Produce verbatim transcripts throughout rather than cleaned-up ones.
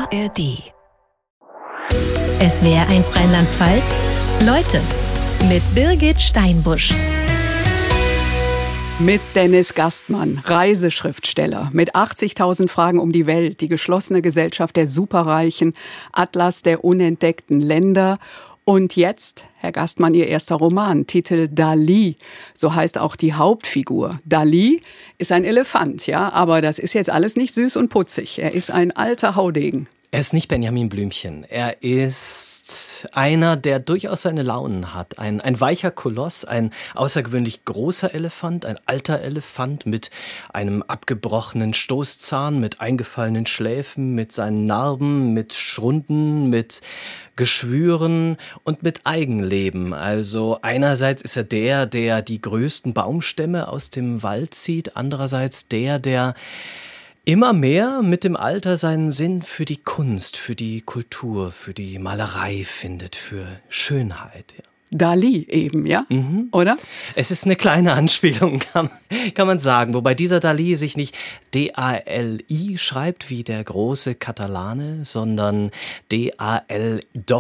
A R D. S W R eins Rheinland-Pfalz. Leute mit Birgit Steinbusch. Mit Dennis Gastmann, Reiseschriftsteller, mit achtzigtausend Fragen um die Welt, die geschlossene Gesellschaft der Superreichen, Atlas der unentdeckten Länder. Und jetzt, Herr Gastmann, Ihr erster Roman, Titel Dali. So heißt auch die Hauptfigur. Dali ist ein Elefant, ja, aber das ist jetzt alles nicht süß und putzig. Er ist ein alter Haudegen. Er ist nicht Benjamin Blümchen. Er ist einer, der durchaus seine Launen hat. Ein, ein weicher Koloss, ein außergewöhnlich großer Elefant, ein alter Elefant mit einem abgebrochenen Stoßzahn, mit eingefallenen Schläfen, mit seinen Narben, mit Schrunden, mit Geschwüren und mit Eigenleben. Also einerseits ist er der, der die größten Baumstämme aus dem Wald zieht, andererseits der, der immer mehr mit dem Alter seinen Sinn für die Kunst, für die Kultur, für die Malerei findet, für Schönheit. Ja. Dali eben, ja? Mhm. Oder? Es ist eine kleine Anspielung, kann, kann man sagen. Wobei dieser Dali sich nicht D A L I schreibt, wie der große Katalane, sondern D A L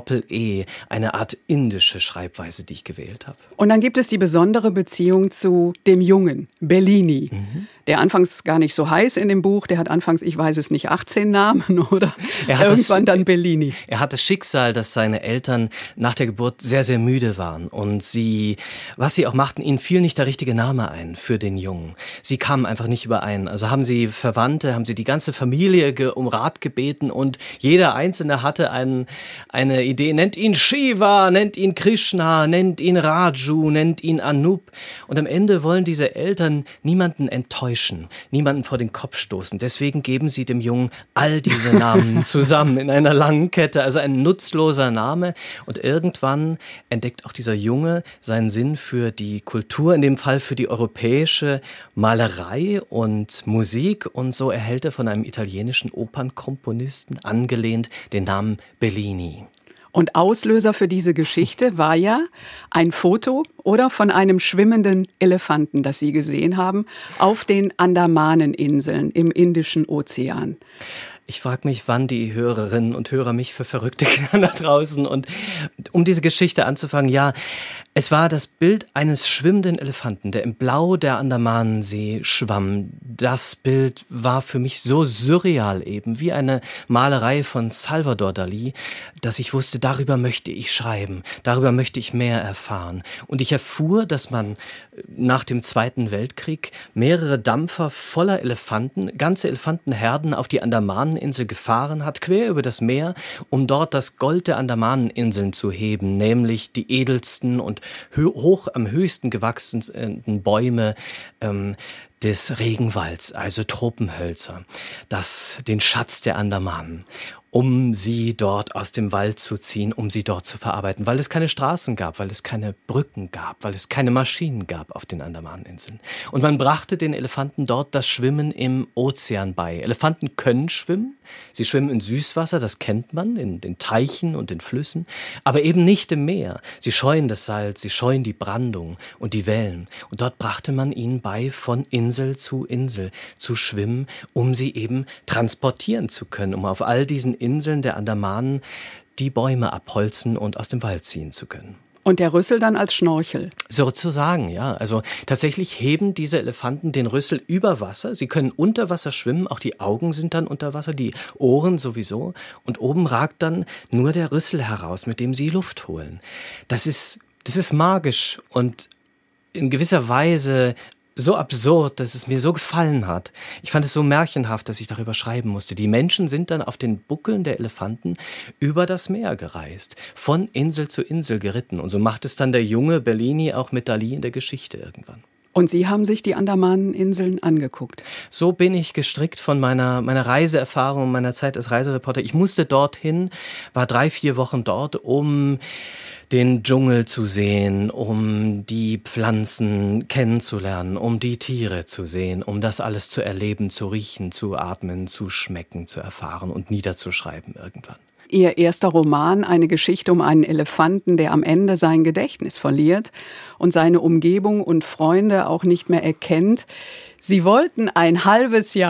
E, eine Art indische Schreibweise, die ich gewählt habe. Und dann gibt es die besondere Beziehung zu dem Jungen, Bellini. Mhm. Der anfangs gar nicht so heiß in dem Buch, der hat anfangs, ich weiß es nicht, achtzehn Namen oder irgendwann das, dann Bellini. Er hat das Schicksal, dass seine Eltern nach der Geburt sehr, sehr müde waren und sie, was sie auch machten, ihnen fiel nicht der richtige Name ein für den Jungen. Sie kamen einfach nicht überein. Also haben sie Verwandte, haben sie die ganze Familie ge- um Rat gebeten und jeder Einzelne hatte ein, eine Idee, nennt ihn Shiva, nennt ihn Krishna, nennt ihn Raju, nennt ihn Anup. Und am Ende wollen diese Eltern niemanden enttäuschen, niemanden vor den Kopf stoßen. Deswegen geben sie dem Jungen all diese Namen zusammen in einer langen Kette, also ein nutzloser Name. Und irgendwann entdeckt auch dieser Junge seinen Sinn für die Kultur, in dem Fall für die europäische Malerei und Musik. Und so erhält er von einem italienischen Opernkomponisten angelehnt den Namen Bellini. Und Auslöser für diese Geschichte war ja ein Foto oder von einem schwimmenden Elefanten, das Sie gesehen haben, auf den Andamaneninseln im Indischen Ozean. Ich frage mich, wann die Hörerinnen und Hörer mich für Verrückte kennen da draußen. Und um diese Geschichte anzufangen, ja, es war das Bild eines schwimmenden Elefanten, der im Blau der Andamanensee schwamm. Das Bild war für mich so surreal eben, wie eine Malerei von Salvador Dalí, dass ich wusste, darüber möchte ich schreiben, darüber möchte ich mehr erfahren. Und ich erfuhr, dass man nach dem Zweiten Weltkrieg mehrere Dampfer voller Elefanten, ganze Elefantenherden auf die Andamaneninsel gefahren hat, quer über das Meer, um dort das Gold der Andamaneninseln zu heben, nämlich die edelsten und hoch am höchsten gewachsenen Bäume ähm, des Regenwalds, also Tropenhölzer, das, den Schatz der Andamanen, um sie dort aus dem Wald zu ziehen, um sie dort zu verarbeiten, weil es keine Straßen gab, weil es keine Brücken gab, weil es keine Maschinen gab auf den Andamaneninseln. Und man brachte den Elefanten dort das Schwimmen im Ozean bei. Elefanten können schwimmen, sie schwimmen in Süßwasser, das kennt man, in den Teichen und den Flüssen, aber eben nicht im Meer. Sie scheuen das Salz, sie scheuen die Brandung und die Wellen. Und dort brachte man ihnen bei, von Insel zu Insel zu schwimmen, um sie eben transportieren zu können, um auf all diesen Inseln der Andamanen die Bäume abholzen und aus dem Wald ziehen zu können. Und der Rüssel dann als Schnorchel? Sozusagen, ja. Also tatsächlich heben diese Elefanten den Rüssel über Wasser. Sie können unter Wasser schwimmen, auch die Augen sind dann unter Wasser, die Ohren sowieso. Und oben ragt dann nur der Rüssel heraus, mit dem sie Luft holen. Das ist, das ist magisch und in gewisser Weise so absurd, dass es mir so gefallen hat. Ich fand es so märchenhaft, dass ich darüber schreiben musste. Die Menschen sind dann auf den Buckeln der Elefanten über das Meer gereist, von Insel zu Insel geritten. Und so macht es dann der junge Bellini auch mit Dalí in der Geschichte irgendwann. Und Sie haben sich die Andamaneninseln angeguckt? So bin ich gestrickt von meiner, meiner Reiseerfahrung, meiner Zeit als Reisereporter. Ich musste dorthin, war drei, vier Wochen dort, um den Dschungel zu sehen, um die Pflanzen kennenzulernen, um die Tiere zu sehen, um das alles zu erleben, zu riechen, zu atmen, zu schmecken, zu erfahren und niederzuschreiben irgendwann. Ihr erster Roman, eine Geschichte um einen Elefanten, der am Ende sein Gedächtnis verliert und seine Umgebung und Freunde auch nicht mehr erkennt. Sie wollten ein halbes Jahr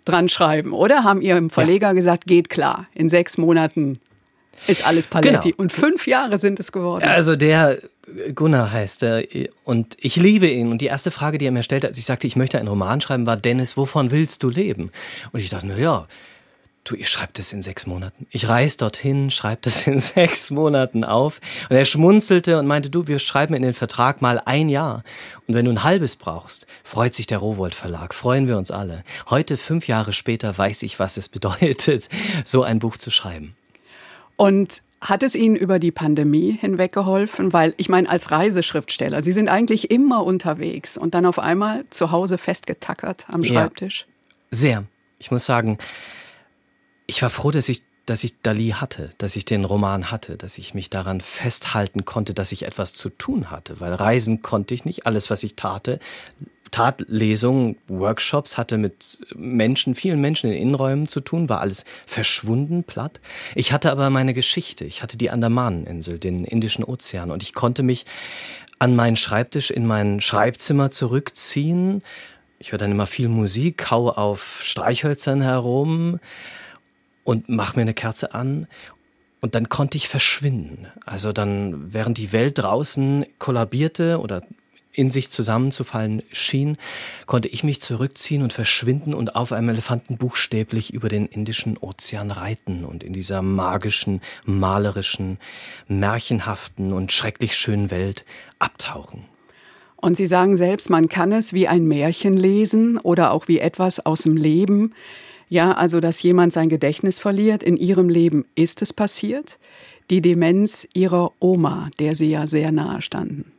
dran schreiben, oder? Haben Ihrem Verleger ja. gesagt, geht klar, in sechs Monaten ist alles Paletti. Genau. Und fünf Jahre sind es geworden. Also der Gunnar heißt er und ich liebe ihn. Und die erste Frage, die er mir stellte, als ich sagte, ich möchte einen Roman schreiben, war, Dennis, wovon willst du leben? Und ich dachte, na ja, du, ich schreibe das in sechs Monaten. Ich reise dorthin, schreibe das in sechs Monaten auf. Und er schmunzelte und meinte, du, wir schreiben in den Vertrag mal ein Jahr. Und wenn du ein halbes brauchst, freut sich der Rowohlt Verlag. Freuen wir uns alle. Heute, fünf Jahre später, weiß ich, was es bedeutet, so ein Buch zu schreiben. Und hat es Ihnen über die Pandemie hinweg geholfen? Weil, ich meine, als Reiseschriftsteller, Sie sind eigentlich immer unterwegs und dann auf einmal zu Hause festgetackert am Schreibtisch. Ja, sehr. Ich muss sagen, ich war froh, dass ich, dass ich Dali hatte, dass ich den Roman hatte, dass ich mich daran festhalten konnte, dass ich etwas zu tun hatte. Weil reisen konnte ich nicht. Alles, was ich tate, tat Lesungen, Workshops, hatte mit Menschen, vielen Menschen in Innenräumen zu tun, war alles verschwunden, platt. Ich hatte aber meine Geschichte. Ich hatte die Andamaneninsel, den Indischen Ozean. Und ich konnte mich an meinen Schreibtisch in mein Schreibzimmer zurückziehen. Ich höre dann immer viel Musik, hau auf Streichhölzern herum und mach mir eine Kerze an. Und dann konnte ich verschwinden. Also dann, während die Welt draußen kollabierte oder in sich zusammenzufallen schien, konnte ich mich zurückziehen und verschwinden und auf einem Elefanten buchstäblich über den Indischen Ozean reiten und in dieser magischen, malerischen, märchenhaften und schrecklich schönen Welt abtauchen. Und Sie sagen selbst, man kann es wie ein Märchen lesen oder auch wie etwas aus dem Leben. Ja, also dass jemand sein Gedächtnis verliert. In Ihrem Leben ist es passiert. Die Demenz Ihrer Oma, der Sie ja sehr nahe standen.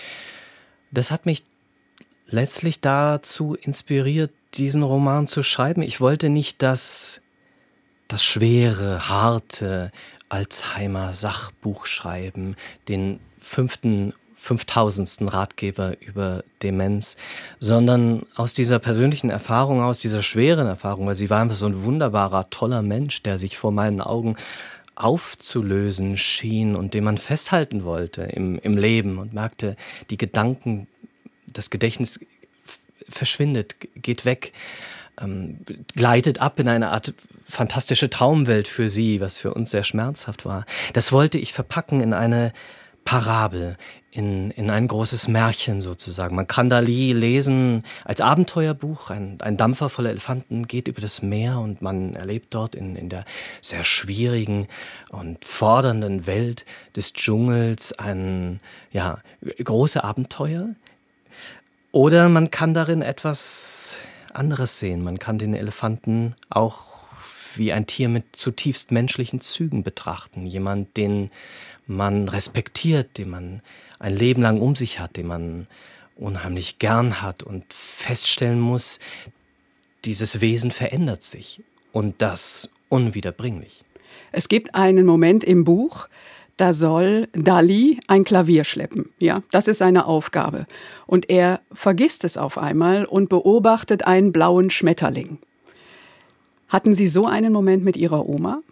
Das hat mich letztlich dazu inspiriert, diesen Roman zu schreiben. Ich wollte nicht das, das schwere, harte Alzheimer-Sachbuch schreiben, den fünften, fünftausendsten Ratgeber über Demenz, sondern aus dieser persönlichen Erfahrung, aus dieser schweren Erfahrung, weil sie war einfach so ein wunderbarer, toller Mensch, der sich vor meinen Augen aufzulösen schien und den man festhalten wollte im, im Leben und merkte, die Gedanken, das Gedächtnis verschwindet, geht weg, ähm, gleitet ab in eine Art fantastische Traumwelt für sie, was für uns sehr schmerzhaft war. Das wollte ich verpacken in eine Parabel, in, in ein großes Märchen sozusagen. Man kann Dali lesen als Abenteuerbuch. Ein, ein Dampfer voller Elefanten geht über das Meer und man erlebt dort in, in der sehr schwierigen und fordernden Welt des Dschungels ein ja, große Abenteuer. Oder man kann darin etwas anderes sehen. Man kann den Elefanten auch wie ein Tier mit zutiefst menschlichen Zügen betrachten. Jemand, den man respektiert, den man ein Leben lang um sich hat, den man unheimlich gern hat und feststellen muss, dieses Wesen verändert sich und das unwiederbringlich. Es gibt einen Moment im Buch, da soll Dali ein Klavier schleppen. Ja, das ist seine Aufgabe. Und er vergisst es auf einmal und beobachtet einen blauen Schmetterling. Hatten Sie so einen Moment mit Ihrer Oma?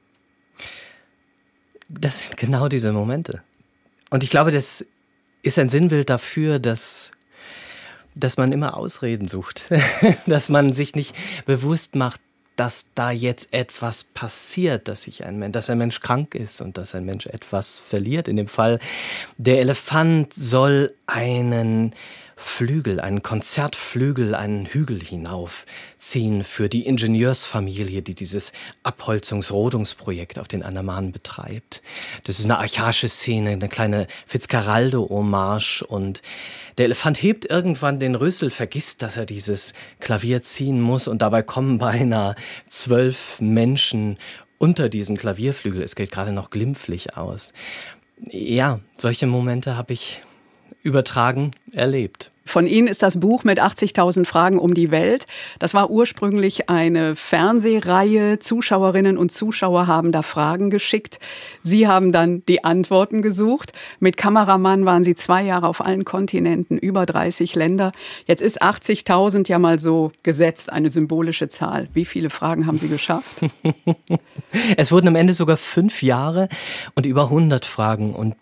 Das sind genau diese Momente. Und ich glaube, das ist ein Sinnbild dafür, dass, dass man immer Ausreden sucht. Dass man sich nicht bewusst macht, dass da jetzt etwas passiert, dass, sich ein Mensch, dass ein Mensch krank ist und dass ein Mensch etwas verliert. In dem Fall, der Elefant soll einen Flügel, einen Konzertflügel, einen Hügel hinaufziehen für die Ingenieursfamilie, die dieses Abholzungs-Rodungsprojekt auf den Andamanen betreibt. Das ist eine archaische Szene, eine kleine Fitzcarraldo-Hommage und der Elefant hebt irgendwann den Rüssel, vergisst, dass er dieses Klavier ziehen muss und dabei kommen beinahe zwölf Menschen unter diesen Klavierflügel. Es geht gerade noch glimpflich aus. Ja, solche Momente habe ich übertragen erlebt. Von Ihnen ist das Buch mit achtzigtausend Fragen um die Welt. Das war ursprünglich eine Fernsehreihe. Zuschauerinnen und Zuschauer haben da Fragen geschickt. Sie haben dann die Antworten gesucht. Mit Kameramann waren Sie zwei Jahre auf allen Kontinenten, über dreißig Länder. Jetzt ist achtzigtausend ja mal so gesetzt, eine symbolische Zahl. Wie viele Fragen haben Sie geschafft? Es wurden am Ende sogar fünf Jahre und über hundert Fragen. Und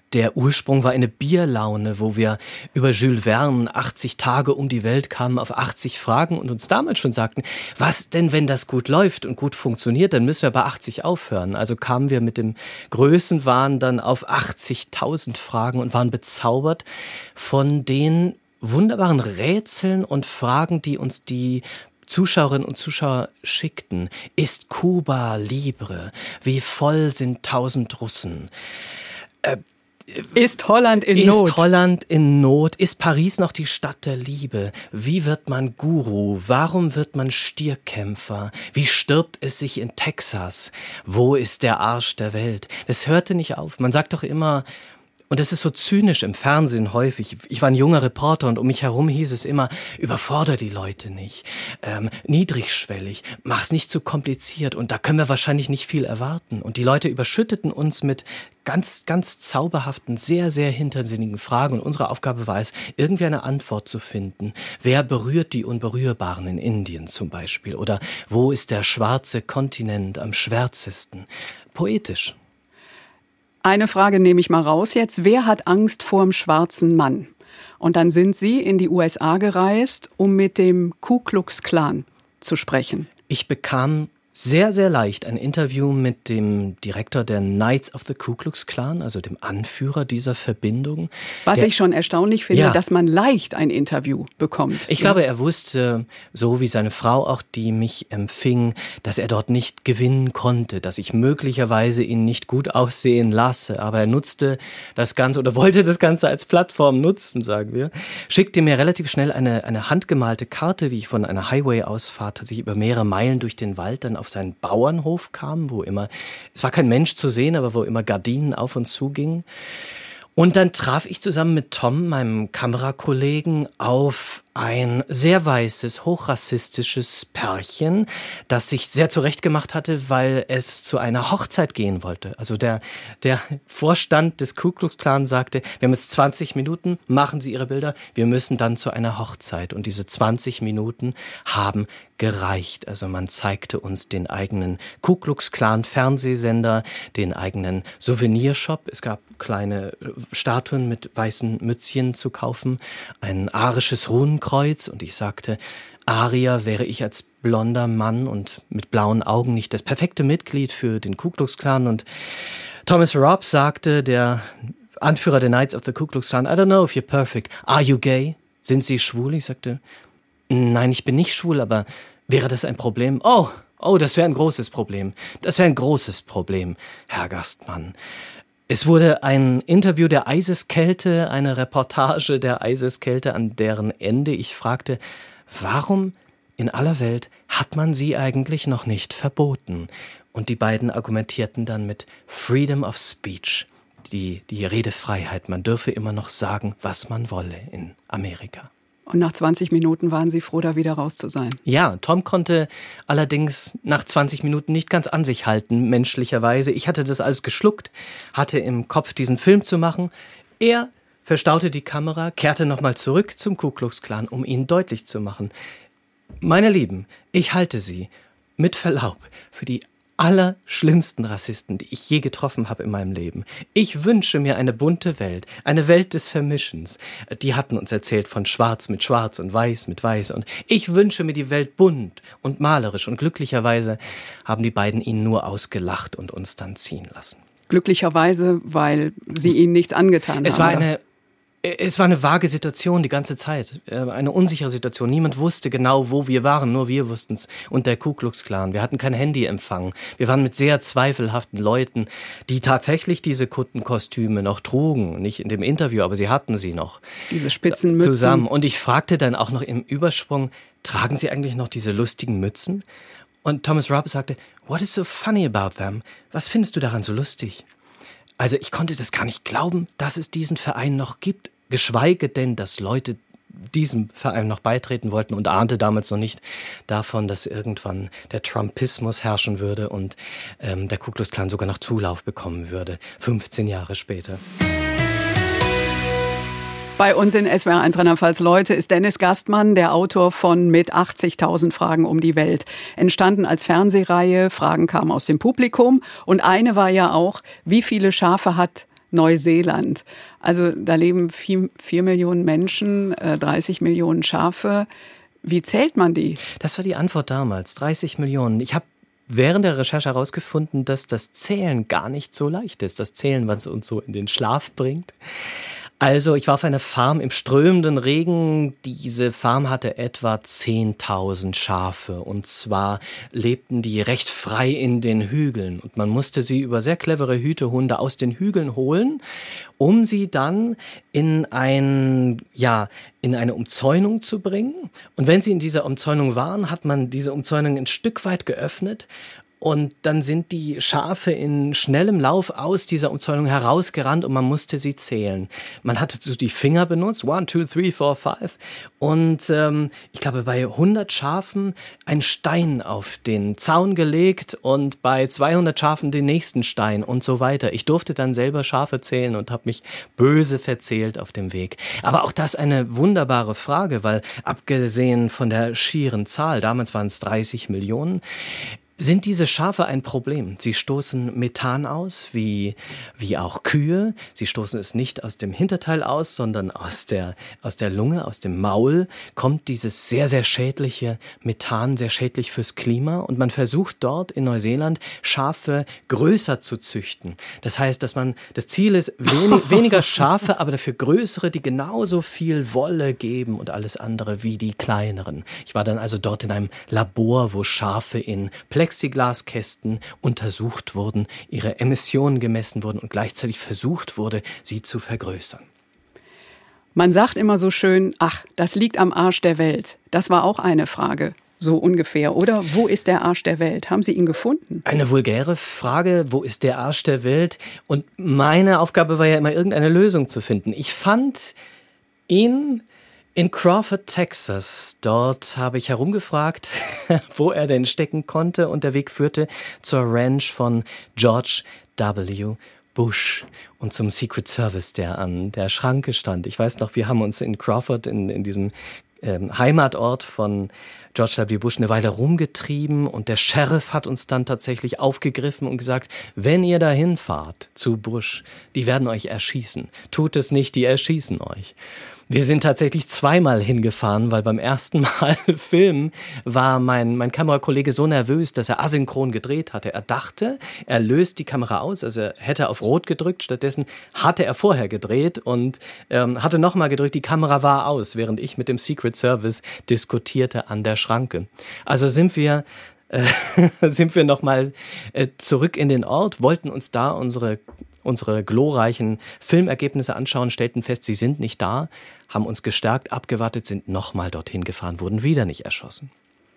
Der Ursprung war eine Bierlaune, wo wir über Jules Verne achtzig Tage um die Welt kamen auf achtzig Fragen und uns damals schon sagten, was denn, wenn das gut läuft und gut funktioniert, dann müssen wir bei achtzig aufhören. Also kamen wir mit dem Größenwahn dann auf achtzigtausend Fragen und waren bezaubert von den wunderbaren Rätseln und Fragen, die uns die Zuschauerinnen und Zuschauer schickten. Ist Kuba libre? Wie voll sind tausend Russen? Äh, Ist Holland in ist Not? Ist Holland in Not? Ist Paris noch die Stadt der Liebe? Wie wird man Guru? Warum wird man Stierkämpfer? Wie stirbt es sich in Texas? Wo ist der Arsch der Welt? Das hörte nicht auf. Man sagt doch immer, und das ist so zynisch im Fernsehen häufig. Ich war ein junger Reporter und um mich herum hieß es immer, überfordere die Leute nicht, ähm, niedrigschwellig, mach's nicht zu kompliziert und da können wir wahrscheinlich nicht viel erwarten. Und die Leute überschütteten uns mit ganz, ganz zauberhaften, sehr, sehr hintersinnigen Fragen und unsere Aufgabe war es, irgendwie eine Antwort zu finden. Wer berührt die Unberührbaren in Indien zum Beispiel? Oder wo ist der schwarze Kontinent am schwärzesten? Poetisch. Eine Frage nehme ich mal raus jetzt. Wer hat Angst vorm schwarzen Mann? Und dann sind Sie in die U S A gereist, um mit dem Ku Klux Klan zu sprechen. Ich bekam sehr, sehr leicht ein Interview mit dem Direktor der Knights of the Ku Klux Klan, also dem Anführer dieser Verbindung. Was der, ich schon erstaunlich finde, ja, dass man leicht ein Interview bekommt. Ich ja. glaube, er wusste, so wie seine Frau auch, die mich empfing, dass er dort nicht gewinnen konnte, dass ich möglicherweise ihn nicht gut aussehen lasse. Aber er nutzte das Ganze oder wollte das Ganze als Plattform nutzen, sagen wir. Schickte mir relativ schnell eine, eine handgemalte Karte, wie ich von einer Highway-Ausfahrt tatsächlich über mehrere Meilen durch den Wald dann auf seinen Bauernhof kam, wo immer, es war kein Mensch zu sehen, aber wo immer Gardinen auf und zu gingen. Und dann traf ich zusammen mit Tom, meinem Kamerakollegen, auf ein sehr weißes, hochrassistisches Pärchen, das sich sehr zurechtgemacht hatte, weil es zu einer Hochzeit gehen wollte. Also der, der Vorstand des Ku Klux Klan sagte, wir haben jetzt zwanzig Minuten, machen Sie Ihre Bilder, wir müssen dann zu einer Hochzeit. Und diese zwanzig Minuten haben gereicht. Also man zeigte uns den eigenen Ku Klux Klan Fernsehsender, den eigenen Souvenirshop. Es gab kleine Statuen mit weißen Mützchen zu kaufen, ein arisches Runenkreuz und ich sagte, Aria wäre ich als blonder Mann und mit blauen Augen nicht das perfekte Mitglied für den Ku Klux Klan. Und Thomas Robb sagte, der Anführer der Knights of the Ku Klux Klan, I don't know if you're perfect. Are you gay? Sind Sie schwul? Ich sagte, nein, ich bin nicht schwul, aber wäre das ein Problem? Oh, oh, das wäre ein großes Problem. Das wäre ein großes Problem, Herr Gastmann. Es wurde ein Interview der Eiseskälte, eine Reportage der Eiseskälte, an deren Ende ich fragte, warum in aller Welt hat man sie eigentlich noch nicht verboten? Und die beiden argumentierten dann mit Freedom of Speech, die, die Redefreiheit. Man dürfe immer noch sagen, was man wolle in Amerika. Und nach zwanzig Minuten waren Sie froh, da wieder raus zu sein. Ja, Tom konnte allerdings nach zwanzig Minuten nicht ganz an sich halten, menschlicherweise. Ich hatte das alles geschluckt, hatte im Kopf, diesen Film zu machen. Er verstaute die Kamera, kehrte nochmal zurück zum Ku Klux Klan, um ihnen deutlich zu machen. Meine Lieben, ich halte Sie, mit Verlaub, für die allerschlimmsten Rassisten, die ich je getroffen habe in meinem Leben. Ich wünsche mir eine bunte Welt, eine Welt des Vermischens. Die hatten uns erzählt von Schwarz mit Schwarz und Weiß mit Weiß. Und ich wünsche mir die Welt bunt und malerisch. Und glücklicherweise haben die beiden ihn nur ausgelacht und uns dann ziehen lassen. Glücklicherweise, weil Sie ihnen nichts angetan es haben. War eine, es war eine vage Situation die ganze Zeit, eine unsichere Situation. Niemand wusste genau, wo wir waren, nur wir wussten es. Und der Ku Klux Klan. Wir hatten kein Handyempfang. Wir waren mit sehr zweifelhaften Leuten, die tatsächlich diese Kuttenkostüme noch trugen. Nicht in dem Interview, aber sie hatten sie noch. Diese spitzen Mützen. Zusammen. Und ich fragte dann auch noch im Übersprung, tragen Sie eigentlich noch diese lustigen Mützen? Und Thomas Robb sagte, what is so funny about them? Was findest du daran so lustig? Also ich konnte das gar nicht glauben, dass es diesen Verein noch gibt, geschweige denn, dass Leute diesem Verein noch beitreten wollten und ahnte damals noch nicht davon, dass irgendwann der Trumpismus herrschen würde und ähm, der Ku Klux Klan sogar noch Zulauf bekommen würde, fünfzehn Jahre später. Bei uns in S W R eins Rheinland-Pfalz Leute ist Dennis Gastmann, der Autor von Mit achtzigtausend Fragen um die Welt. Entstanden als Fernsehreihe, Fragen kamen aus dem Publikum und eine war ja auch, wie viele Schafe hat Neuseeland. Also da leben vier, vier Millionen Menschen, äh, dreißig Millionen Schafe. Wie zählt man die? Das war die Antwort damals, dreißig Millionen. Ich habe während der Recherche herausgefunden, dass das Zählen gar nicht so leicht ist. Das Zählen, was uns so in den Schlaf bringt. Also ich war auf einer Farm im strömenden Regen. Diese Farm hatte etwa zehntausend Schafe und zwar lebten die recht frei in den Hügeln und man musste sie über sehr clevere Hütehunde aus den Hügeln holen, um sie dann in ein, ja, in eine Umzäunung zu bringen. Und wenn sie in dieser Umzäunung waren, hat man diese Umzäunung ein Stück weit geöffnet. Und dann sind die Schafe in schnellem Lauf aus dieser Umzäunung herausgerannt und man musste sie zählen. Man hatte so die Finger benutzt, one, two, three, four, five. Und ähm, ich glaube, bei hundert Schafen einen Stein auf den Zaun gelegt und bei zweihundert Schafen den nächsten Stein und so weiter. Ich durfte dann selber Schafe zählen und habe mich böse verzählt auf dem Weg. Aber auch das eine wunderbare Frage, weil abgesehen von der schieren Zahl, damals waren es dreißig Millionen, sind diese Schafe ein Problem. Sie stoßen Methan aus, wie, wie auch Kühe. Sie stoßen es nicht aus dem Hinterteil aus, sondern aus der, aus der Lunge, aus dem Maul kommt dieses sehr, sehr schädliche Methan, sehr schädlich fürs Klima. Und man versucht dort in Neuseeland, Schafe größer zu züchten. Das heißt, dass man, das Ziel ist, wenig, weniger Schafe, aber dafür größere, die genauso viel Wolle geben und alles andere wie die kleineren. Ich war dann also dort in einem Labor, wo Schafe in Plexiglaskästen untersucht wurden, ihre Emissionen gemessen wurden und gleichzeitig versucht wurde, sie zu vergrößern. Man sagt immer so schön, ach, das liegt am Arsch der Welt. Das war auch eine Frage, so ungefähr, oder? Wo ist der Arsch der Welt? Haben Sie ihn gefunden? Eine vulgäre Frage, wo ist der Arsch der Welt? Und meine Aufgabe war ja immer, irgendeine Lösung zu finden. Ich fand ihn in Crawford, Texas. Dort habe ich herumgefragt, wo er denn stecken konnte und der Weg führte zur Ranch von George W. Bush und zum Secret Service, der an der Schranke stand. Ich weiß noch, wir haben uns in Crawford, in, in diesem ähm, Heimatort von George W. Bush, eine Weile rumgetrieben und der Sheriff hat uns dann tatsächlich aufgegriffen und gesagt, wenn ihr dahin fahrt zu Bush, die werden euch erschießen. Tut es nicht, die erschießen euch. Wir sind tatsächlich zweimal hingefahren, weil beim ersten Mal filmen war mein, mein Kamerakollege so nervös, dass er asynchron gedreht hatte. Er dachte, er löst die Kamera aus, also er hätte auf Rot gedrückt. Stattdessen hatte er vorher gedreht und ähm, hatte nochmal gedrückt, die Kamera war aus, während ich mit dem Secret Service diskutierte an der Schranke. Also sind wir... Äh, sind wir nochmal äh, zurück in den Ort, wollten uns da unsere, unsere glorreichen Filmergebnisse anschauen, stellten fest, sie sind nicht da, haben uns gestärkt, abgewartet, sind nochmal dorthin gefahren, wurden wieder nicht erschossen.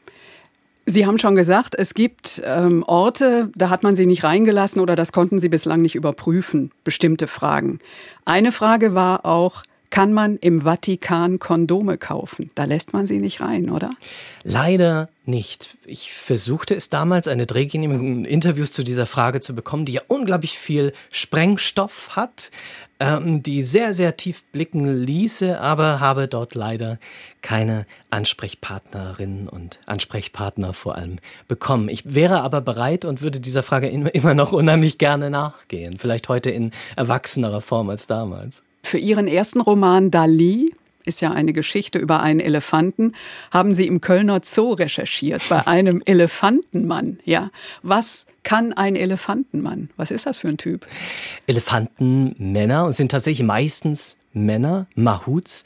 Sie haben schon gesagt, es gibt ähm, Orte, da hat man sie nicht reingelassen oder das konnten Sie bislang nicht überprüfen, bestimmte Fragen. Eine Frage war auch, kann man im Vatikan Kondome kaufen? Da lässt man sie nicht rein, oder? Leider nicht. Ich versuchte es damals, eine Drehgenehmigung, Interviews zu dieser Frage zu bekommen, die ja unglaublich viel Sprengstoff hat, ähm, die sehr, sehr tief blicken ließe, aber habe dort leider keine Ansprechpartnerinnen und Ansprechpartner vor allem bekommen. Ich wäre aber bereit und würde dieser Frage immer noch unheimlich gerne nachgehen. Vielleicht heute in erwachsenerer Form als damals. Für Ihren ersten Roman Dali, ist ja eine Geschichte über einen Elefanten, haben Sie im Kölner Zoo recherchiert, bei einem Elefantenmann. Ja, was kann ein Elefantenmann? Was ist das für ein Typ? Elefantenmänner, und sind tatsächlich meistens Männer, Mahouts,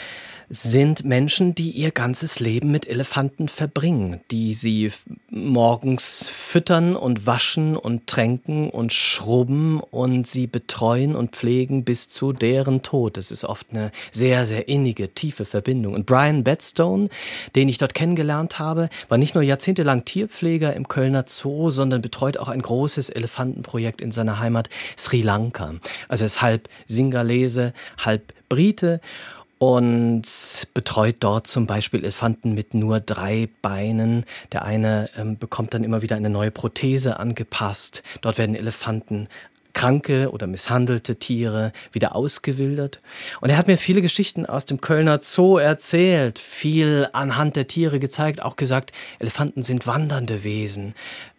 sind Menschen, die ihr ganzes Leben mit Elefanten verbringen, die sie morgens füttern und waschen und tränken und schrubben und sie betreuen und pflegen bis zu deren Tod. Das ist oft eine sehr, sehr innige, tiefe Verbindung. Und Brian Bedstone, den ich dort kennengelernt habe, war nicht nur jahrzehntelang Tierpfleger im Kölner Zoo, sondern betreut auch ein großes Elefantenprojekt in seiner Heimat Sri Lanka. Also er ist halb Singalese, halb Brite und betreut dort zum Beispiel Elefanten mit nur drei Beinen. Der eine ähm, bekommt dann immer wieder eine neue Prothese angepasst. Dort werden Elefanten, kranke oder misshandelte Tiere wieder ausgewildert. Und er hat mir viele Geschichten aus dem Kölner Zoo erzählt, viel anhand der Tiere gezeigt, auch gesagt, Elefanten sind wandernde Wesen.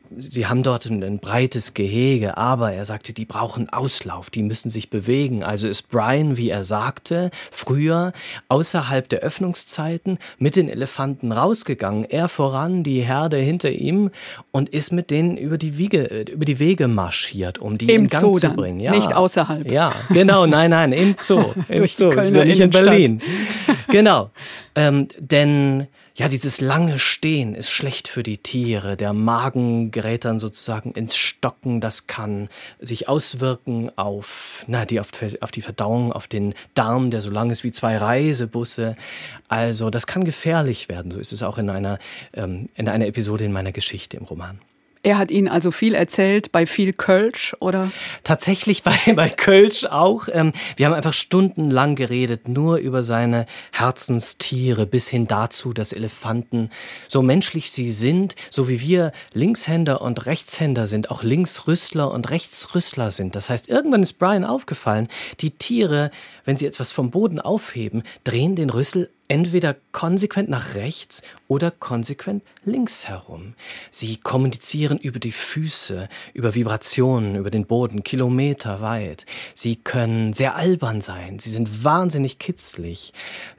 sie haben dort ein, ein breites Gehege, aber er sagte, die brauchen Auslauf, die müssen sich bewegen. Also ist Brian, wie er sagte, früher außerhalb der Öffnungszeiten mit den Elefanten rausgegangen, er voran, die Herde hinter ihm und ist mit denen über die Wiege, über die Wege marschiert, um die Im in Gang Zoo zu dann, bringen. Ja. nicht außerhalb. Ja, genau, nein, nein, im Zoo. Im Durch die Zoo, Kölner ist ja nicht in Innenstadt. Berlin. Genau, ähm, denn ja, dieses lange Stehen ist schlecht für die Tiere. Der Magen gerät dann sozusagen ins Stocken. Das kann sich auswirken auf, na, die, auf, auf die Verdauung, auf den Darm, der so lang ist wie zwei Reisebusse. Also das kann gefährlich werden. So ist es auch in einer, ähm, in einer Episode in meiner Geschichte im Roman. Er hat Ihnen also viel erzählt, bei viel Kölsch, oder? Tatsächlich bei, bei Kölsch auch. Ähm, wir haben einfach stundenlang geredet, nur über seine Herzenstiere, bis hin dazu, dass Elefanten, so menschlich sie sind, so wie wir Linkshänder und Rechtshänder sind, auch Linksrüssler und Rechtsrüssler sind. Das heißt, irgendwann ist Brian aufgefallen, die Tiere, wenn sie etwas vom Boden aufheben, drehen den Rüssel entweder konsequent nach rechts oder konsequent links herum. Sie kommunizieren über die Füße, über Vibrationen, über den Boden, kilometerweit. Sie können sehr albern sein, sie sind wahnsinnig kitzlig.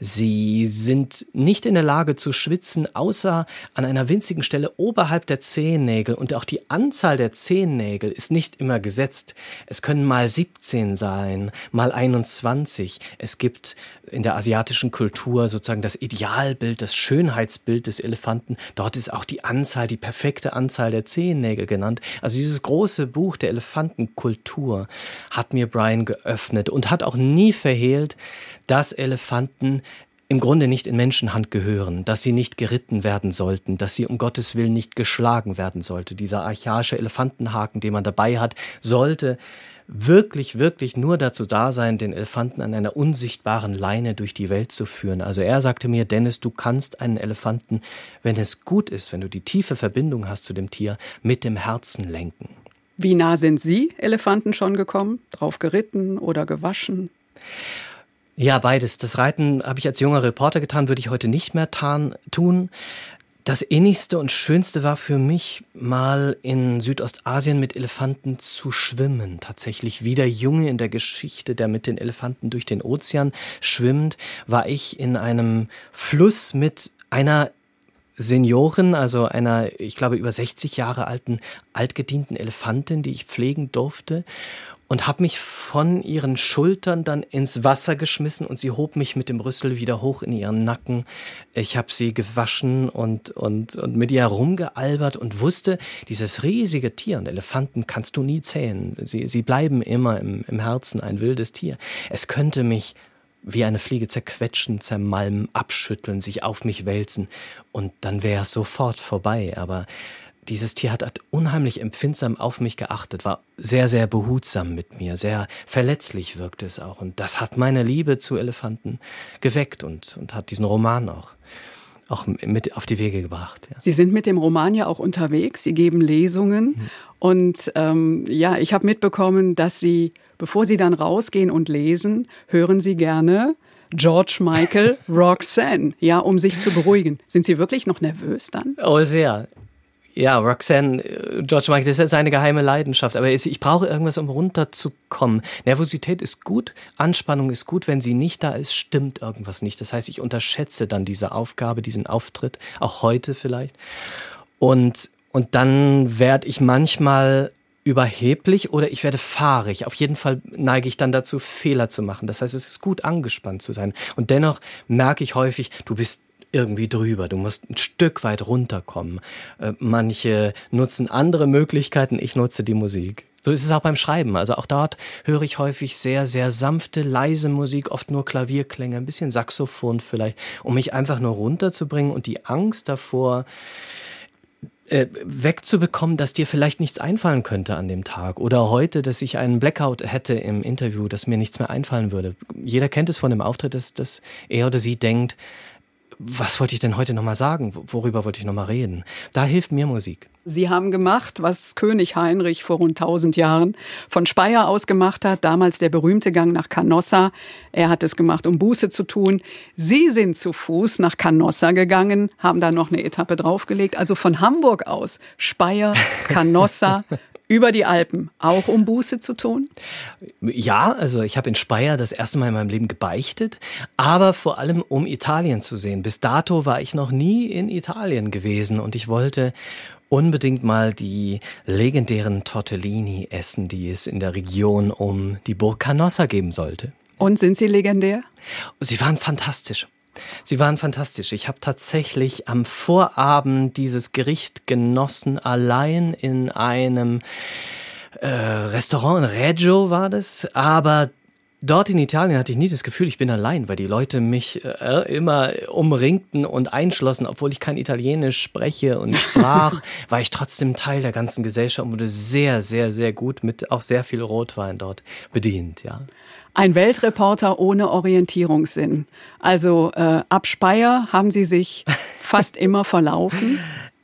Sie sind nicht in der Lage zu schwitzen, außer an einer winzigen Stelle oberhalb der Zehennägel. Und auch die Anzahl der Zehennägel ist nicht immer gesetzt. Es können mal siebzehn sein, mal einundzwanzig. Es gibt in der asiatischen Kultur sozusagen das Idealbild, das Schönheitsbild des Elefanten. Dort ist auch die Anzahl, die perfekte Anzahl der Zehennägel genannt. Also dieses große Buch der Elefantenkultur hat mir Brian geöffnet und hat auch nie verhehlt, dass Elefanten im Grunde nicht in Menschenhand gehören, dass sie nicht geritten werden sollten, dass sie um Gottes Willen nicht geschlagen werden sollte. Dieser archaische Elefantenhaken, den man dabei hat, sollte wirklich, wirklich nur dazu da sein, den Elefanten an einer unsichtbaren Leine durch die Welt zu führen. Also er sagte mir, Dennis, du kannst einen Elefanten, wenn es gut ist, wenn du die tiefe Verbindung hast zu dem Tier, mit dem Herzen lenken. Wie nah sind Sie Elefanten schon gekommen? Drauf geritten oder gewaschen? Ja, beides. Das Reiten habe ich als junger Reporter getan, würde ich heute nicht mehr tan, tun. Das Innigste und Schönste war für mich, mal in Südostasien mit Elefanten zu schwimmen. Tatsächlich wie der Junge in der Geschichte, der mit den Elefanten durch den Ozean schwimmt, war ich in einem Fluss mit einer Seniorin, also einer, ich glaube, über sechzig Jahre alten, altgedienten Elefantin, die ich pflegen durfte. Und habe mich von ihren Schultern dann ins Wasser geschmissen und sie hob mich mit dem Rüssel wieder hoch in ihren Nacken. Ich habe sie gewaschen und, und, und mit ihr herumgealbert und wusste, dieses riesige Tier, und Elefanten kannst du nie zählen, sie, sie bleiben immer im, im Herzen ein wildes Tier. Es könnte mich wie eine Fliege zerquetschen, zermalmen, abschütteln, sich auf mich wälzen und dann wäre es sofort vorbei, aber dieses Tier hat, hat unheimlich empfindsam auf mich geachtet, war sehr, sehr behutsam mit mir, sehr verletzlich wirkte es auch. Und das hat meine Liebe zu Elefanten geweckt und, und hat diesen Roman auch, auch mit auf die Wege gebracht. Ja. Sie sind mit dem Roman ja auch unterwegs, Sie geben Lesungen. Mhm. Und ähm, ja, ich habe mitbekommen, dass Sie, bevor Sie dann rausgehen und lesen, hören Sie gerne George Michael, Roxanne, ja, um sich zu beruhigen. Sind Sie wirklich noch nervös dann? Oh, sehr. Ja, Roxanne, George Michael, das ist seine geheime Leidenschaft. Aber ich brauche irgendwas, um runterzukommen. Nervosität ist gut, Anspannung ist gut. Wenn sie nicht da ist, stimmt irgendwas nicht. Das heißt, ich unterschätze dann diese Aufgabe, diesen Auftritt, auch heute vielleicht. Und, und dann werde ich manchmal überheblich oder ich werde fahrig. Auf jeden Fall neige ich dann dazu, Fehler zu machen. Das heißt, es ist gut, angespannt zu sein. Und dennoch merke ich häufig, du bist irgendwie drüber. Du musst ein Stück weit runterkommen. Äh, manche nutzen andere Möglichkeiten, ich nutze die Musik. So ist es auch beim Schreiben. Also auch dort höre ich häufig sehr, sehr sanfte, leise Musik, oft nur Klavierklänge, ein bisschen Saxophon vielleicht, um mich einfach nur runterzubringen und die Angst davor äh, wegzubekommen, dass dir vielleicht nichts einfallen könnte an dem Tag. Oder heute, dass ich einen Blackout hätte im Interview, dass mir nichts mehr einfallen würde. Jeder kennt es von dem Auftritt, dass, dass er oder sie denkt, was wollte ich denn heute nochmal sagen? Worüber wollte ich nochmal reden? Da hilft mir Musik. Sie haben gemacht, was König Heinrich vor rund tausend Jahren von Speyer aus gemacht hat, damals der berühmte Gang nach Canossa. Er hat es gemacht, um Buße zu tun. Sie sind zu Fuß nach Canossa gegangen, haben da noch eine Etappe draufgelegt. Also von Hamburg aus, Speyer, Canossa, über die Alpen, auch um Buße zu tun? Ja, also ich habe in Speyer das erste Mal in meinem Leben gebeichtet, aber vor allem um Italien zu sehen. Bis dato war ich noch nie in Italien gewesen und ich wollte unbedingt mal die legendären Tortellini essen, die es in der Region um die Burg Canossa geben sollte. Und sind sie legendär? Sie waren fantastisch. Sie waren fantastisch. Ich habe tatsächlich am Vorabend dieses Gericht genossen, allein in einem äh, Restaurant in Reggio war das, aber dort in Italien hatte ich nie das Gefühl, ich bin allein, weil die Leute mich äh, immer umringten und einschlossen, obwohl ich kein Italienisch spreche und sprach, war ich trotzdem Teil der ganzen Gesellschaft und wurde sehr, sehr, sehr gut mit auch sehr viel Rotwein dort bedient, ja. Ein Weltreporter ohne Orientierungssinn. Also äh, ab Speyer haben Sie sich fast immer verlaufen.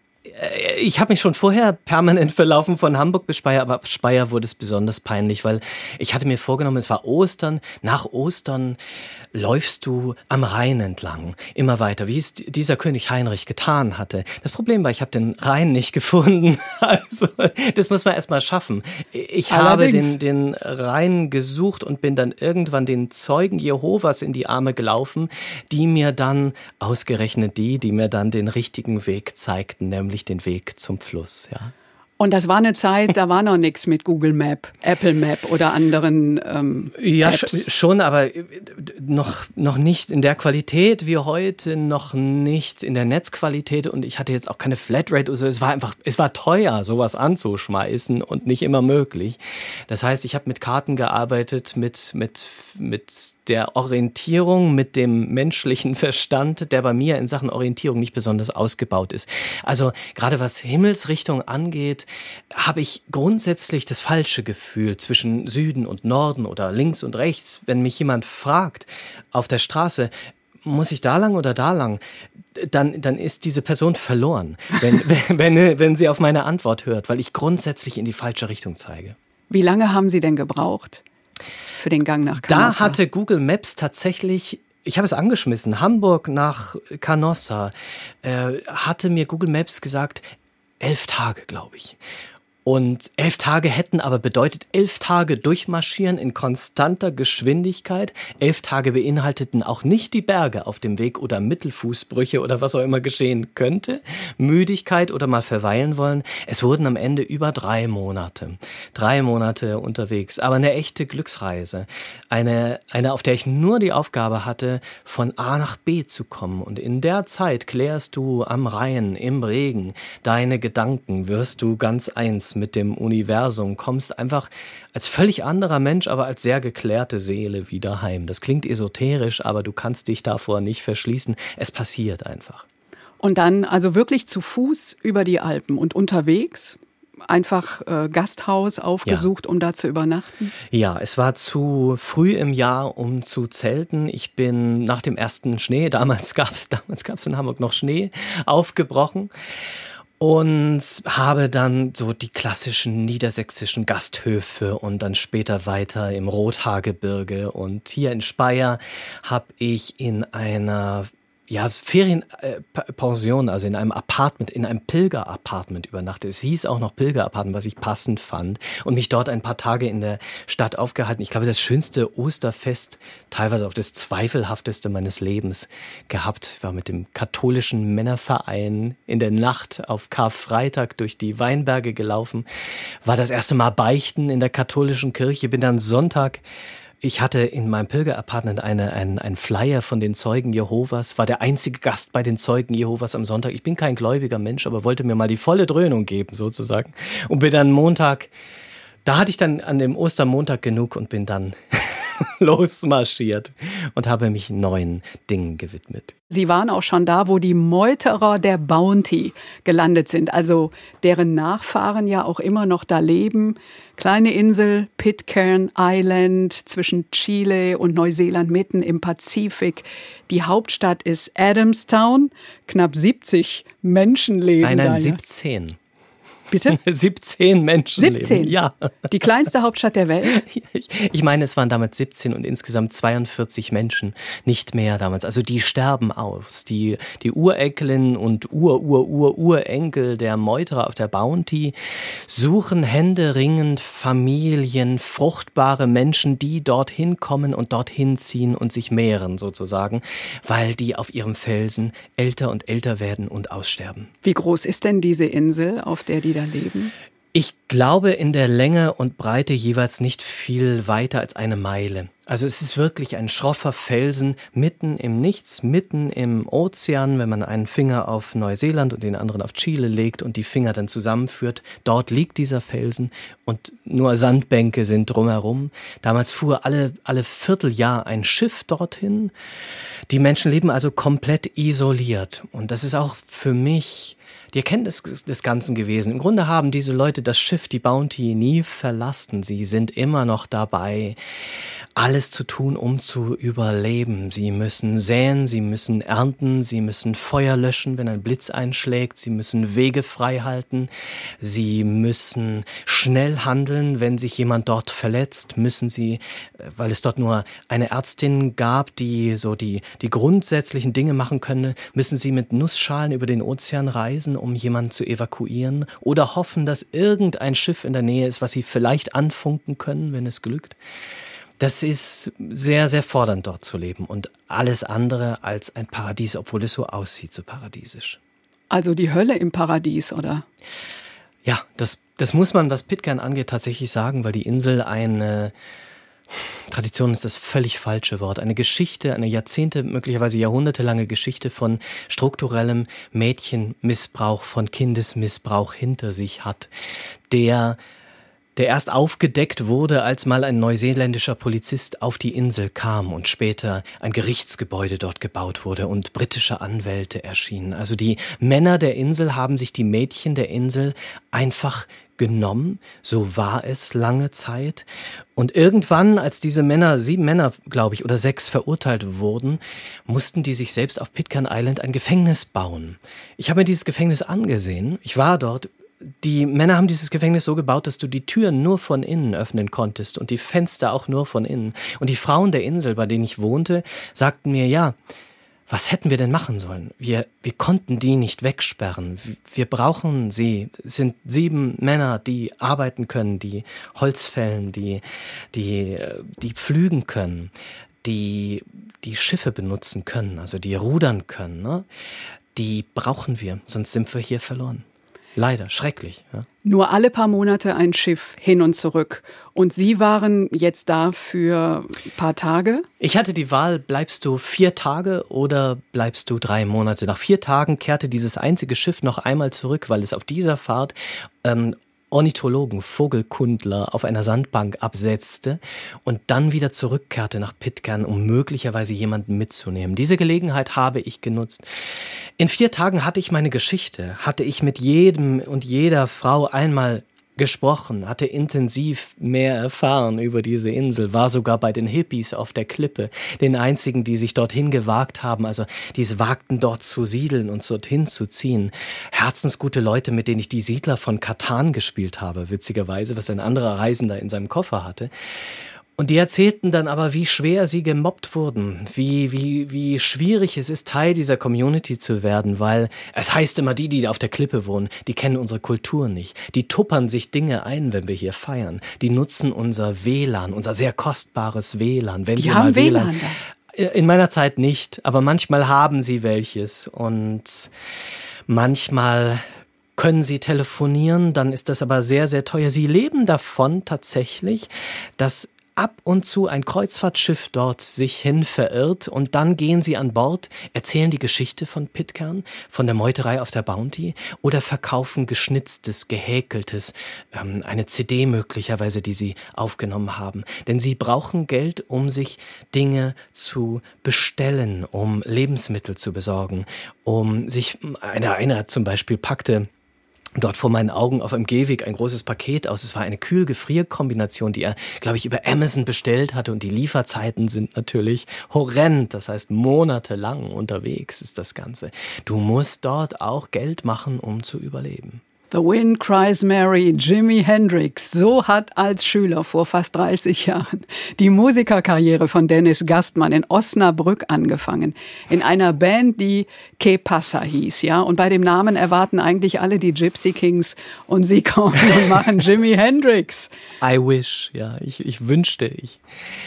Ich habe mich schon vorher permanent verlaufen von Hamburg bis Speyer, aber ab Speyer wurde es besonders peinlich, weil ich hatte mir vorgenommen, es war Ostern, nach Ostern läufst du am Rhein entlang, immer weiter, wie es dieser König Heinrich getan hatte. Das Problem war, ich habe den Rhein nicht gefunden, also das muss man erst mal schaffen. Ich Allerdings. habe den, den Rhein gesucht und bin dann irgendwann den Zeugen Jehovas in die Arme gelaufen, die mir dann, ausgerechnet die, die mir dann den richtigen Weg zeigten, nämlich den Weg zum Fluss, ja. Und das war eine Zeit, da war noch nichts mit Google Map, Apple Map oder anderen ähm, ja, Apps. Ja, schon, aber noch, noch nicht in der Qualität wie heute, noch nicht in der Netzqualität und ich hatte jetzt auch keine Flatrate oder so. Es war einfach, es war teuer, sowas anzuschmeißen und nicht immer möglich. Das heißt, ich habe mit Karten gearbeitet, mit, mit, mit der Orientierung, mit dem menschlichen Verstand, der bei mir in Sachen Orientierung nicht besonders ausgebaut ist. Also gerade was Himmelsrichtung angeht, habe ich grundsätzlich das falsche Gefühl zwischen Süden und Norden oder links und rechts. Wenn mich jemand fragt auf der Straße, muss ich da lang oder da lang, dann, dann ist diese Person verloren, wenn, wenn, wenn sie auf meine Antwort hört, weil ich grundsätzlich in die falsche Richtung zeige. Wie lange haben Sie denn gebraucht für den Gang nach Canossa? Da hatte Google Maps tatsächlich, ich habe es angeschmissen, Hamburg nach Canossa, äh, hatte mir Google Maps gesagt, elf Tage, glaube ich. Und elf Tage hätten aber bedeutet, elf Tage durchmarschieren in konstanter Geschwindigkeit. Elf Tage beinhalteten auch nicht die Berge auf dem Weg oder Mittelfußbrüche oder was auch immer geschehen könnte. Müdigkeit oder mal verweilen wollen. Es wurden am Ende über drei Monate. Drei Monate unterwegs. Aber eine echte Glücksreise. Eine, eine, auf der ich nur die Aufgabe hatte, von A nach B zu kommen. Und in der Zeit klärst du am Rhein, im Regen, deine Gedanken, wirst du ganz eins mit dem Universum, kommst einfach als völlig anderer Mensch, aber als sehr geklärte Seele wieder heim. Das klingt esoterisch, aber du kannst dich davor nicht verschließen. Es passiert einfach. Und dann also wirklich zu Fuß über die Alpen und unterwegs einfach äh, Gasthaus aufgesucht, ja, um da zu übernachten? Ja, es war zu früh im Jahr, um zu zelten. Ich bin nach dem ersten Schnee, damals gab es damals gab's in Hamburg noch Schnee, aufgebrochen. Und habe dann so die klassischen niedersächsischen Gasthöfe und dann später weiter im Rothaargebirge. Und hier in Speyer habe ich in einer ja, Ferienpension, also in einem Apartment, in einem Pilger-Apartment übernachtet. Es hieß auch noch Pilger-Apartment, was ich passend fand. Und mich dort ein paar Tage in der Stadt aufgehalten. Ich glaube, das schönste Osterfest, teilweise auch das zweifelhafteste meines Lebens gehabt. Ich war mit dem katholischen Männerverein in der Nacht auf Karfreitag durch die Weinberge gelaufen. War das erste Mal beichten in der katholischen Kirche. Bin dann Sonntag. Ich hatte in meinem Pilger-Apartment eine, einen, einen Flyer von den Zeugen Jehovas, war der einzige Gast bei den Zeugen Jehovas am Sonntag. Ich bin kein gläubiger Mensch, aber wollte mir mal die volle Dröhnung geben sozusagen. Und bin dann Montag, da hatte ich dann an dem Ostermontag genug und bin dann losmarschiert und habe mich neuen Dingen gewidmet. Sie waren auch schon da, wo die Meuterer der Bounty gelandet sind, also deren Nachfahren ja auch immer noch da leben. Kleine Insel, Pitcairn Island zwischen Chile und Neuseeland mitten im Pazifik. Die Hauptstadt ist Adamstown. Knapp siebzig Menschen leben nein, nein, da. siebzehn. Bitte? siebzehn Menschen siebzehn? leben. Ja. Die kleinste Hauptstadt der Welt? Ich, ich meine, es waren damals siebzehn und insgesamt zweiundvierzig Menschen, nicht mehr damals. Also die sterben aus. Die, die Urenkelin und Ur-Ur-Ur-Urenkel der Meuterer auf der Bounty suchen händeringend Familien, fruchtbare Menschen, die dorthin kommen und dorthin ziehen und sich mehren sozusagen, weil die auf ihrem Felsen älter und älter werden und aussterben. Wie groß ist denn diese Insel, auf der die da leben? Ich glaube in der Länge und Breite jeweils nicht viel weiter als eine Meile. Also es ist wirklich ein schroffer Felsen mitten im Nichts, mitten im Ozean, wenn man einen Finger auf Neuseeland und den anderen auf Chile legt und die Finger dann zusammenführt. Dort liegt dieser Felsen und nur Sandbänke sind drumherum. Damals fuhr alle, alle Vierteljahr ein Schiff dorthin. Die Menschen leben also komplett isoliert und das ist auch für mich die Erkenntnis des Ganzen gewesen. Im Grunde haben diese Leute das Schiff, die Bounty, nie verlassen. Sie sind immer noch dabei, alles zu tun, um zu überleben. Sie müssen säen, sie müssen ernten, sie müssen Feuer löschen, wenn ein Blitz einschlägt. Sie müssen Wege frei halten. Sie müssen schnell handeln, wenn sich jemand dort verletzt. Müssen sie, weil es dort nur eine Ärztin gab, die so die, die grundsätzlichen Dinge machen könne, müssen sie mit Nussschalen über den Ozean reisen, um jemanden zu evakuieren oder hoffen, dass irgendein Schiff in der Nähe ist, was sie vielleicht anfunken können, wenn es glückt. Das ist sehr, sehr fordernd, dort zu leben und alles andere als ein Paradies, obwohl es so aussieht, so paradiesisch. Also die Hölle im Paradies, oder? Ja, das, das muss man, was Pitcairn angeht, tatsächlich sagen, weil die Insel eine Tradition ist das völlig falsche Wort. Eine Geschichte, eine Jahrzehnte, möglicherweise jahrhundertelange Geschichte von strukturellem Mädchenmissbrauch, von Kindesmissbrauch hinter sich hat, der der erst aufgedeckt wurde, als mal ein neuseeländischer Polizist auf die Insel kam und später ein Gerichtsgebäude dort gebaut wurde und britische Anwälte erschienen. Also die Männer der Insel haben sich die Mädchen der Insel einfach genommen, so war es lange Zeit. Und irgendwann, als diese Männer, sieben Männer, glaube ich, oder sechs verurteilt wurden, mussten die sich selbst auf Pitcairn Island ein Gefängnis bauen. Ich habe mir dieses Gefängnis angesehen, ich war dort. Die Männer haben dieses Gefängnis so gebaut, dass du die Türen nur von innen öffnen konntest und die Fenster auch nur von innen. Und die Frauen der Insel, bei denen ich wohnte, sagten mir, ja, was hätten wir denn machen sollen? Wir, wir konnten die nicht wegsperren. Wir brauchen sie. Es sind sieben Männer, die arbeiten können, die Holz fällen, die, die, die pflügen können, die, die Schiffe benutzen können, also die rudern können. Ne? Die brauchen wir, sonst sind wir hier verloren. Leider, schrecklich. Ja. Nur alle paar Monate ein Schiff hin und zurück. Und Sie waren jetzt da für ein paar Tage? Ich hatte die Wahl, bleibst du vier Tage oder bleibst du drei Monate? Nach vier Tagen kehrte dieses einzige Schiff noch einmal zurück, weil es auf dieser Fahrt ähm, Ornithologen, Vogelkundler auf einer Sandbank absetzte und dann wieder zurückkehrte nach Pitcairn, um möglicherweise jemanden mitzunehmen. Diese Gelegenheit habe ich genutzt. In vier Tagen hatte ich meine Geschichte, hatte ich mit jedem und jeder Frau einmal gesprochen, hatte intensiv mehr erfahren über diese Insel, war sogar bei den Hippies auf der Klippe, den einzigen, die sich dorthin gewagt haben, also die es wagten, dort zu siedeln und dorthin zu ziehen. Herzensgute Leute, mit denen ich die Siedler von Catan gespielt habe, witzigerweise, was ein anderer Reisender in seinem Koffer hatte. Und die erzählten dann aber, wie schwer sie gemobbt wurden, wie, wie, wie schwierig es ist, Teil dieser Community zu werden, weil es heißt immer, die, die auf der Klippe wohnen, die kennen unsere Kultur nicht. Die tuppern sich Dinge ein, wenn wir hier feiern. Die nutzen unser W L A N, unser sehr kostbares W L A N. Wenn die wir haben mal W L A N da. In meiner Zeit nicht, aber manchmal haben sie welches und manchmal können sie telefonieren, dann ist das aber sehr, sehr teuer. Sie leben davon tatsächlich, dass ab und zu ein Kreuzfahrtschiff dort sich hin verirrt und dann gehen sie an Bord, erzählen die Geschichte von Pitcairn, von der Meuterei auf der Bounty oder verkaufen geschnitztes, gehäkeltes, ähm, eine C D möglicherweise, die sie aufgenommen haben. Denn sie brauchen Geld, um sich Dinge zu bestellen, um Lebensmittel zu besorgen, um sich, einer, einer zum Beispiel packte dort vor meinen Augen auf einem Gehweg ein großes Paket aus. Es war eine Kühl-Gefrier-Kombination, die er, glaube ich, über Amazon bestellt hatte. Und die Lieferzeiten sind natürlich horrend. Das heißt, monatelang unterwegs ist das Ganze. Du musst dort auch Geld machen, um zu überleben. The Wind Cries Mary, Jimi Hendrix. So hat als Schüler vor fast dreißig Jahren die Musikerkarriere von Dennis Gastmann in Osnabrück angefangen. In einer Band, die Que Pasa hieß, ja. Und bei dem Namen erwarten eigentlich alle die Gypsy Kings und sie kommen und machen Jimi Hendrix. I wish, ja. Ich, ich wünschte, ich,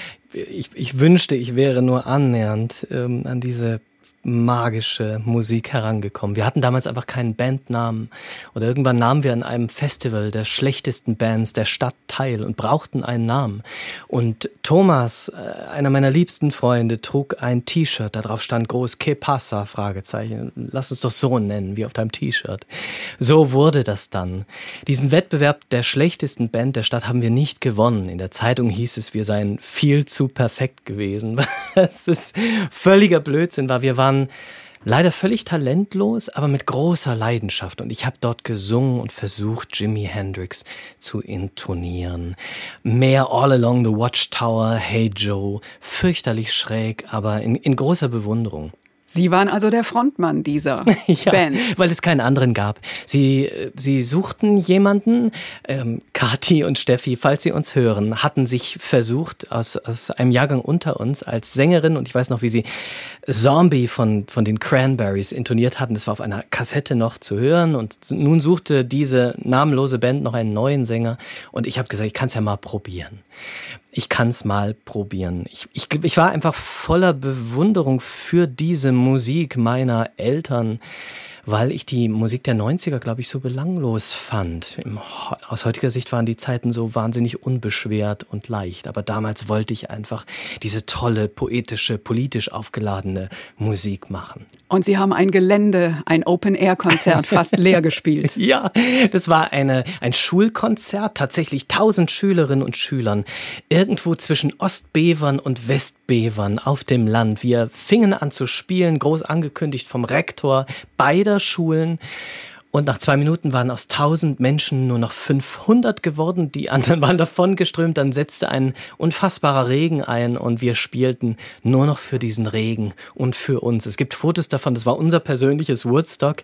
ich, ich wünschte, ich wäre nur annähernd ähm, an diese magische Musik herangekommen. Wir hatten damals einfach keinen Bandnamen oder irgendwann nahmen wir an einem Festival der schlechtesten Bands der Stadt teil und brauchten einen Namen. Und Thomas, einer meiner liebsten Freunde, trug ein T-Shirt, da drauf stand groß Que Pasa, Fragezeichen. Lass es doch so nennen, wie auf deinem T-Shirt. So wurde das dann. Diesen Wettbewerb der schlechtesten Band der Stadt haben wir nicht gewonnen. In der Zeitung hieß es, wir seien viel zu perfekt gewesen. Das ist völliger Blödsinn, weil wir waren leider völlig talentlos, aber mit großer Leidenschaft. Und ich habe dort gesungen und versucht, Jimi Hendrix zu intonieren. Mehr All Along the Watchtower, Hey Joe, fürchterlich schräg, aber in, in großer Bewunderung. Sie waren also der Frontmann dieser ja, Band. Weil es keinen anderen gab. Sie, sie suchten jemanden, ähm, Kathi und Steffi, falls Sie uns hören, hatten sich versucht, aus, aus einem Jahrgang unter uns als Sängerin, und ich weiß noch, wie sie Zombie von, von den Cranberries intoniert hatten, das war auf einer Kassette noch zu hören, und nun suchte diese namenlose Band noch einen neuen Sänger, und ich habe gesagt, ich kann es ja mal probieren. Ich kann es mal probieren. Ich, ich, ich war einfach voller Bewunderung für diese Musik meiner Eltern, weil ich die Musik der neunziger, glaube ich, so belanglos fand. Im, aus heutiger Sicht waren die Zeiten so wahnsinnig unbeschwert und leicht. Aber damals wollte ich einfach diese tolle, poetische, politisch aufgeladene Musik machen. Und Sie haben ein Gelände, ein Open-Air-Konzert fast leer gespielt. Ja, das war eine, ein Schulkonzert, tatsächlich tausend Schülerinnen und Schülern, irgendwo zwischen Ostbevern und Westbevern auf dem Land. Wir fingen an zu spielen, groß angekündigt vom Rektor beider Schulen. Und nach zwei Minuten waren aus tausend Menschen nur noch fünfhundert geworden. Die anderen waren davongeströmt. Dann setzte ein unfassbarer Regen ein und wir spielten nur noch für diesen Regen und für uns. Es gibt Fotos davon, das war unser persönliches Woodstock.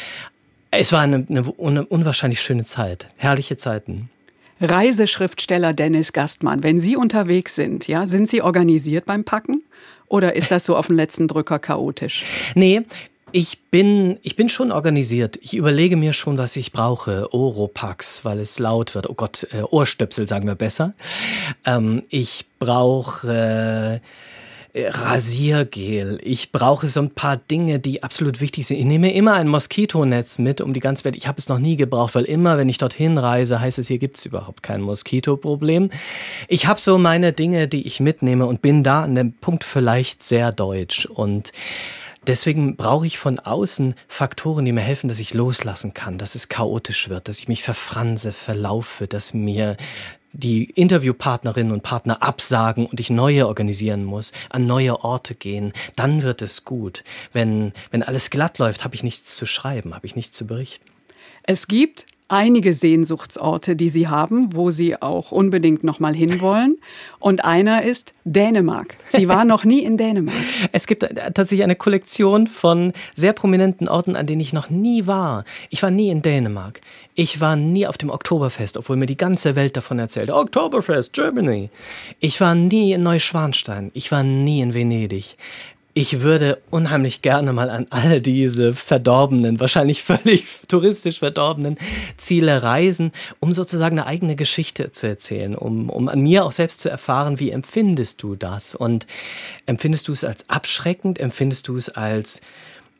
Es war eine, eine, eine unwahrscheinlich schöne Zeit, herrliche Zeiten. Reiseschriftsteller Dennis Gastmann, wenn Sie unterwegs sind, ja, sind Sie organisiert beim Packen? Oder ist das so auf den letzten Drücker chaotisch? Nee. Ich bin, ich bin schon organisiert. Ich überlege mir schon, was ich brauche. Oropax, weil es laut wird. Oh Gott, äh, Ohrstöpsel sagen wir besser. Ähm, ich brauche äh, Rasiergel. Ich brauche so ein paar Dinge, die absolut wichtig sind. Ich nehme immer ein Moskitonetz mit um die ganze Welt. Ich habe es noch nie gebraucht, weil immer, wenn ich dorthin reise, heißt es, hier gibt es überhaupt kein Moskitoproblem. Ich habe so meine Dinge, die ich mitnehme und bin da an dem Punkt vielleicht sehr deutsch. Und deswegen brauche ich von außen Faktoren, die mir helfen, dass ich loslassen kann, dass es chaotisch wird, dass ich mich verfranse, verlaufe, dass mir die Interviewpartnerinnen und Partner absagen und ich neue organisieren muss, an neue Orte gehen. Dann wird es gut. Wenn, wenn alles glatt läuft, habe ich nichts zu schreiben, habe ich nichts zu berichten. Es gibt einige Sehnsuchtsorte, die Sie haben, wo Sie auch unbedingt noch mal hinwollen. Und einer ist Dänemark. Sie waren noch nie in Dänemark. Es gibt tatsächlich eine Kollektion von sehr prominenten Orten, an denen ich noch nie war. Ich war nie in Dänemark. Ich war nie auf dem Oktoberfest, obwohl mir die ganze Welt davon erzählt. Oktoberfest, Germany. Ich war nie in Neuschwanstein. Ich war nie in Venedig. Ich würde unheimlich gerne mal an all diese verdorbenen, wahrscheinlich völlig touristisch verdorbenen Ziele reisen, um sozusagen eine eigene Geschichte zu erzählen, um, um an mir auch selbst zu erfahren, wie empfindest du das? Und empfindest du es als abschreckend? Empfindest du es als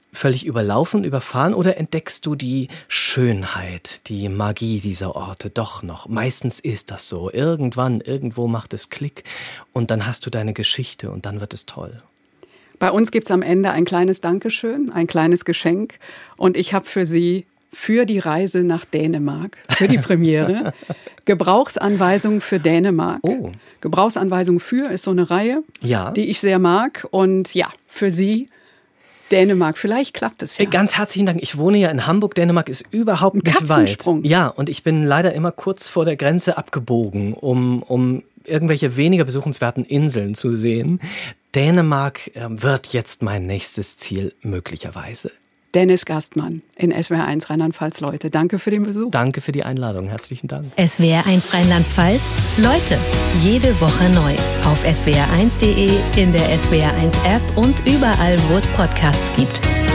völlig überlaufen, überfahren oder entdeckst du die Schönheit, die Magie dieser Orte doch noch? Meistens ist das so. Irgendwann, irgendwo macht es Klick und dann hast du deine Geschichte und dann wird es toll. Bei uns gibt es am Ende ein kleines Dankeschön, ein kleines Geschenk und ich habe für Sie für die Reise nach Dänemark, für die Premiere, Gebrauchsanweisung für Dänemark. Oh. Gebrauchsanweisung für ist so eine Reihe, ja. die ich sehr mag und ja, für Sie Dänemark, vielleicht klappt es ja. Ganz herzlichen Dank. Ich wohne ja in Hamburg. Dänemark ist überhaupt Ein nicht weit. Katzensprung. Ja, und ich bin leider immer kurz vor der Grenze abgebogen, um, um irgendwelche weniger besuchenswerten Inseln zu sehen. Dänemark äh, wird jetzt mein nächstes Ziel möglicherweise. Dennis Gastmann in S W R eins Rheinland-Pfalz. Leute, danke für den Besuch. Danke für die Einladung. Herzlichen Dank. S W R eins Rheinland-Pfalz. Leute, jede Woche neu. Auf S W R eins Punkt de, in der S W R eins App und überall, wo es Podcasts gibt.